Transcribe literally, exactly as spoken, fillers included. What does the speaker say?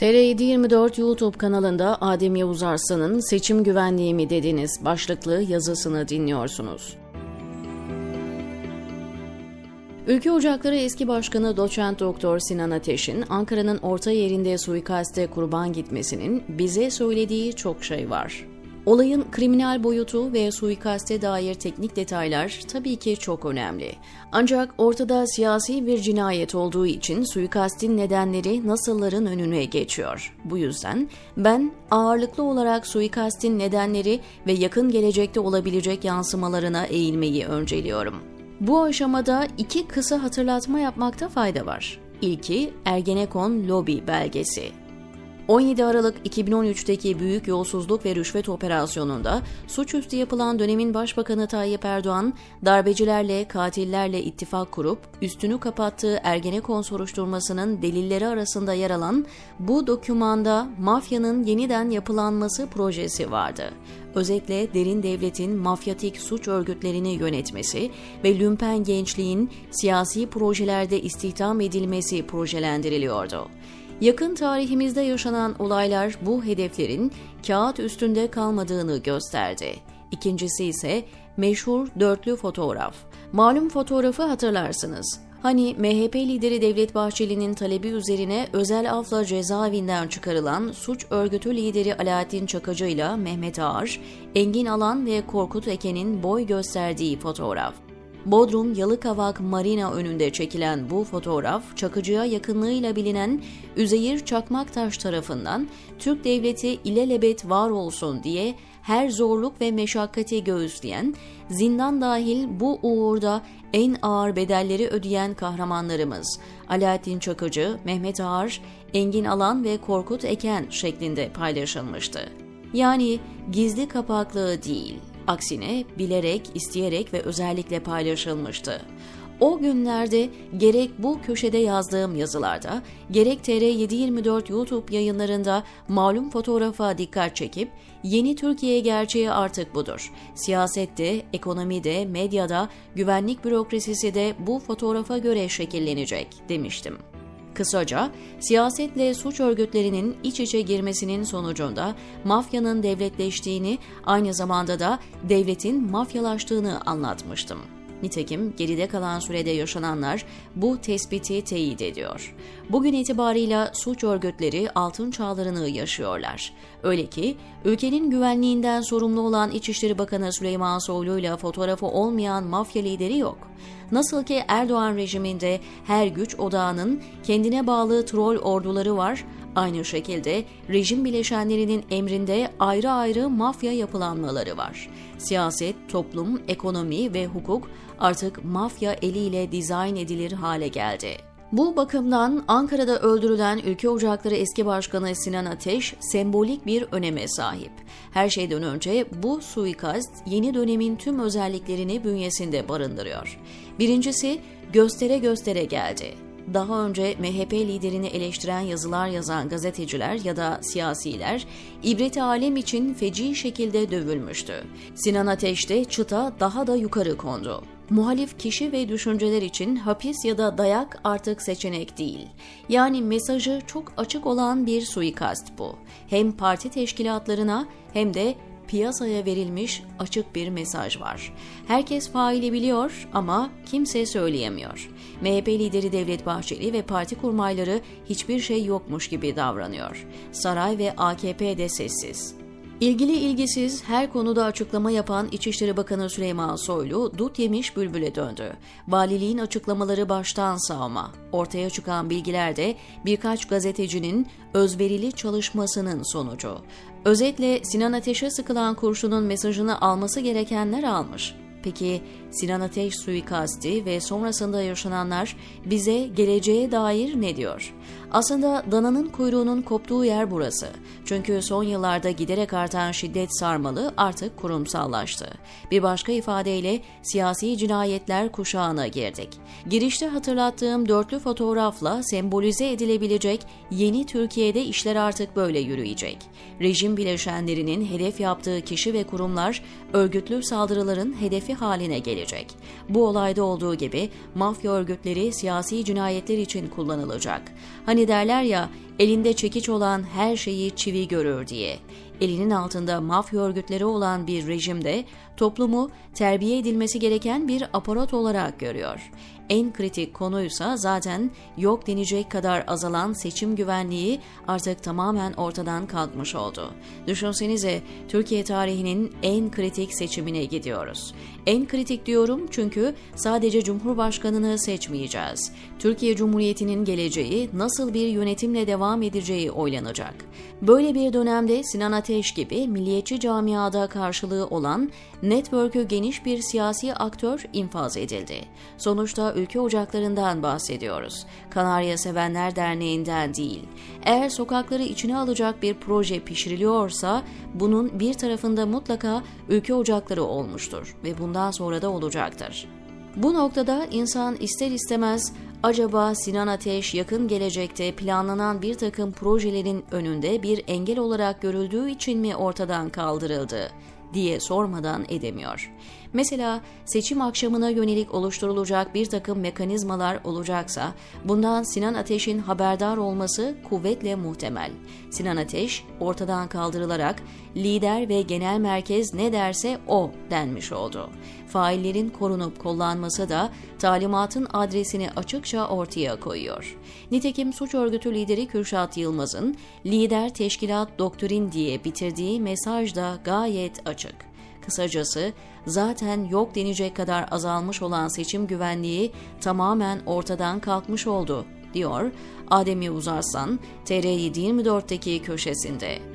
T R yedi yirmi dört YouTube kanalında Adem Yavuz Arslan'ın "Seçim güvenliği mi dediniz?" başlıklı yazısını dinliyorsunuz. Ülke Ocakları eski başkanı Doçent Doktor Sinan Ateş'in Ankara'nın orta yerinde suikaste kurban gitmesinin bize söylediği çok şey var. Olayın kriminal boyutu ve suikaste dair teknik detaylar tabii ki çok önemli. Ancak ortada siyasi bir cinayet olduğu için suikastin nedenleri nasılların önüne geçiyor. Bu yüzden ben ağırlıklı olarak suikastin nedenleri ve yakın gelecekte olabilecek yansımalarına eğilmeyi önceliyorum. Bu aşamada iki kısa hatırlatma yapmakta fayda var. İlki Ergenekon Lobi belgesi. on yedi Aralık iki bin on üç'teki büyük yolsuzluk ve rüşvet operasyonunda suçüstü yapılan dönemin Başbakanı Tayyip Erdoğan, darbecilerle, katillerle ittifak kurup üstünü kapattığı Ergenekon soruşturmasının delilleri arasında yer alan bu dokümanda mafyanın yeniden yapılanması projesi vardı. Özetle derin devletin mafyatik suç örgütlerini yönetmesi ve lümpen gençliğin siyasi projelerde istihdam edilmesi projelendiriliyordu. Yakın tarihimizde yaşanan olaylar bu hedeflerin kağıt üstünde kalmadığını gösterdi. İkincisi ise meşhur dörtlü fotoğraf. Malum fotoğrafı hatırlarsınız. Hani M H P lideri Devlet Bahçeli'nin talebi üzerine özel afla cezaevinden çıkarılan suç örgütü lideri Alaaddin Çakıcı ile Mehmet Ağar, Engin Alan ve Korkut Eken'in boy gösterdiği fotoğraf. Bodrum Yalıkavak Marina önünde çekilen bu fotoğraf, Çakıcı'ya yakınlığıyla bilinen Üzeyir Çakmaktaş tarafından Türk Devleti ilelebet var olsun diye her zorluk ve meşakkati göğüsleyen, zindan dahil bu uğurda en ağır bedelleri ödeyen kahramanlarımız Alaaddin Çakıcı, Mehmet Ağar, Engin Alan ve Korkut Eken şeklinde paylaşılmıştı. Yani gizli kapaklı değil. Aksine bilerek, isteyerek ve özellikle paylaşılmıştı. O günlerde gerek bu köşede yazdığım yazılarda, gerek T R yedi yirmi dört YouTube yayınlarında malum fotoğrafa dikkat çekip, yeni Türkiye gerçeği artık budur. Siyasette, ekonomide, medyada, güvenlik bürokrasisi de bu fotoğrafa göre şekillenecek demiştim. Kısaca, siyasetle suç örgütlerinin iç içe girmesinin sonucunda mafyanın devletleştiğini, aynı zamanda da devletin mafyalaştığını anlatmıştım. Nitekim geride kalan sürede yaşananlar bu tespiti teyit ediyor. Bugün itibarıyla suç örgütleri altın çağlarını yaşıyorlar. Öyle ki ülkenin güvenliğinden sorumlu olan İçişleri Bakanı Süleyman Soylu ile fotoğrafı olmayan mafya lideri yok. Nasıl ki Erdoğan rejiminde her güç odağının kendine bağlı troll orduları var, aynı şekilde rejim bileşenlerinin emrinde ayrı ayrı mafya yapılanmaları var. Siyaset, toplum, ekonomi ve hukuk artık mafya eliyle dizayn edilir hale geldi. Bu bakımdan Ankara'da öldürülen Ülke Ocakları eski başkanı Sinan Ateş sembolik bir öneme sahip. Her şeyden önce bu suikast yeni dönemin tüm özelliklerini bünyesinde barındırıyor. Birincisi göstere göstere geldi. Daha önce M H P liderini eleştiren yazılar yazan gazeteciler ya da siyasiler ibret-i alem için feci şekilde dövülmüştü. Sinan Ateş'te çıta daha da yukarı kondu. Muhalif kişi ve düşünceler için hapis ya da dayak artık seçenek değil. Yani mesajı çok açık olan bir suikast bu. Hem parti teşkilatlarına hem de piyasaya verilmiş açık bir mesaj var. Herkes faili biliyor ama kimse söyleyemiyor. M H P lideri Devlet Bahçeli ve parti kurmayları hiçbir şey yokmuş gibi davranıyor. Saray ve A K P de sessiz. İlgili ilgisiz her konuda açıklama yapan İçişleri Bakanı Süleyman Soylu dut yemiş bülbüle döndü. Valiliğin açıklamaları baştan savma. Ortaya çıkan bilgiler de birkaç gazetecinin özverili çalışmasının sonucu. Özetle Sinan Ateş'e sıkılan kurşunun mesajını alması gerekenler almış. Peki Sinan Ateş suikasti ve sonrasında yaşananlar bize geleceğe dair ne diyor? Aslında dananın kuyruğunun koptuğu yer burası. Çünkü son yıllarda giderek artan şiddet sarmalı artık kurumsallaştı. Bir başka ifadeyle siyasi cinayetler kuşağına girdik. Girişte hatırlattığım dörtlü fotoğrafla sembolize edilebilecek yeni Türkiye'de işler artık böyle yürüyecek. Rejim bileşenlerinin hedef yaptığı kişi ve kurumlar örgütlü saldırıların hedefi haline gelecek. gelecek. Bu olayda olduğu gibi mafya örgütleri siyasi cinayetler için kullanılacak. Hani derler ya, elinde çekiç olan her şeyi çivi görür diye. Elinin altında mafya örgütleri olan bir rejimde toplumu terbiye edilmesi gereken bir aparat olarak görüyor. En kritik konuysa zaten yok denecek kadar azalan seçim güvenliği artık tamamen ortadan kalkmış oldu. Düşünsenize, Türkiye tarihinin en kritik seçimine gidiyoruz. En kritik diyorum çünkü sadece Cumhurbaşkanını seçmeyeceğiz. Türkiye Cumhuriyeti'nin geleceği, nasıl bir yönetimle devam edeceği oylanacak. Böyle bir dönemde Sinan Ateş gibi milliyetçi camiada karşılığı olan network'ü geniş bir siyasi aktör infaz edildi. Sonuçta ülke ocaklarından bahsediyoruz. Kanarya Sevenler Derneği'nden değil. Eğer sokakları içine alacak bir proje pişiriliyorsa bunun bir tarafında mutlaka ülke ocakları olmuştur ve bundan sonra da olacaktır. Bu noktada insan ister istemez acaba Sinan Ateş yakın gelecekte planlanan bir takım projelerin önünde bir engel olarak görüldüğü için mi ortadan kaldırıldı diye sormadan edemiyor. Mesela seçim akşamına yönelik oluşturulacak bir takım mekanizmalar olacaksa bundan Sinan Ateş'in haberdar olması kuvvetle muhtemel. Sinan Ateş ortadan kaldırılarak lider ve genel merkez ne derse o denmiş oldu. Faillerin korunup kollanması da talimatın adresini açıkça ortaya koyuyor. Nitekim suç örgütü lideri Kürşat Yılmaz'ın lider teşkilat doktrin diye bitirdiği mesaj da gayet açık. Kısacası zaten yok denecek kadar azalmış olan seçim güvenliği tamamen ortadan kalkmış oldu, diyor Adem Yavuz Arslan T R yedi yirmi dörtteki köşesinde.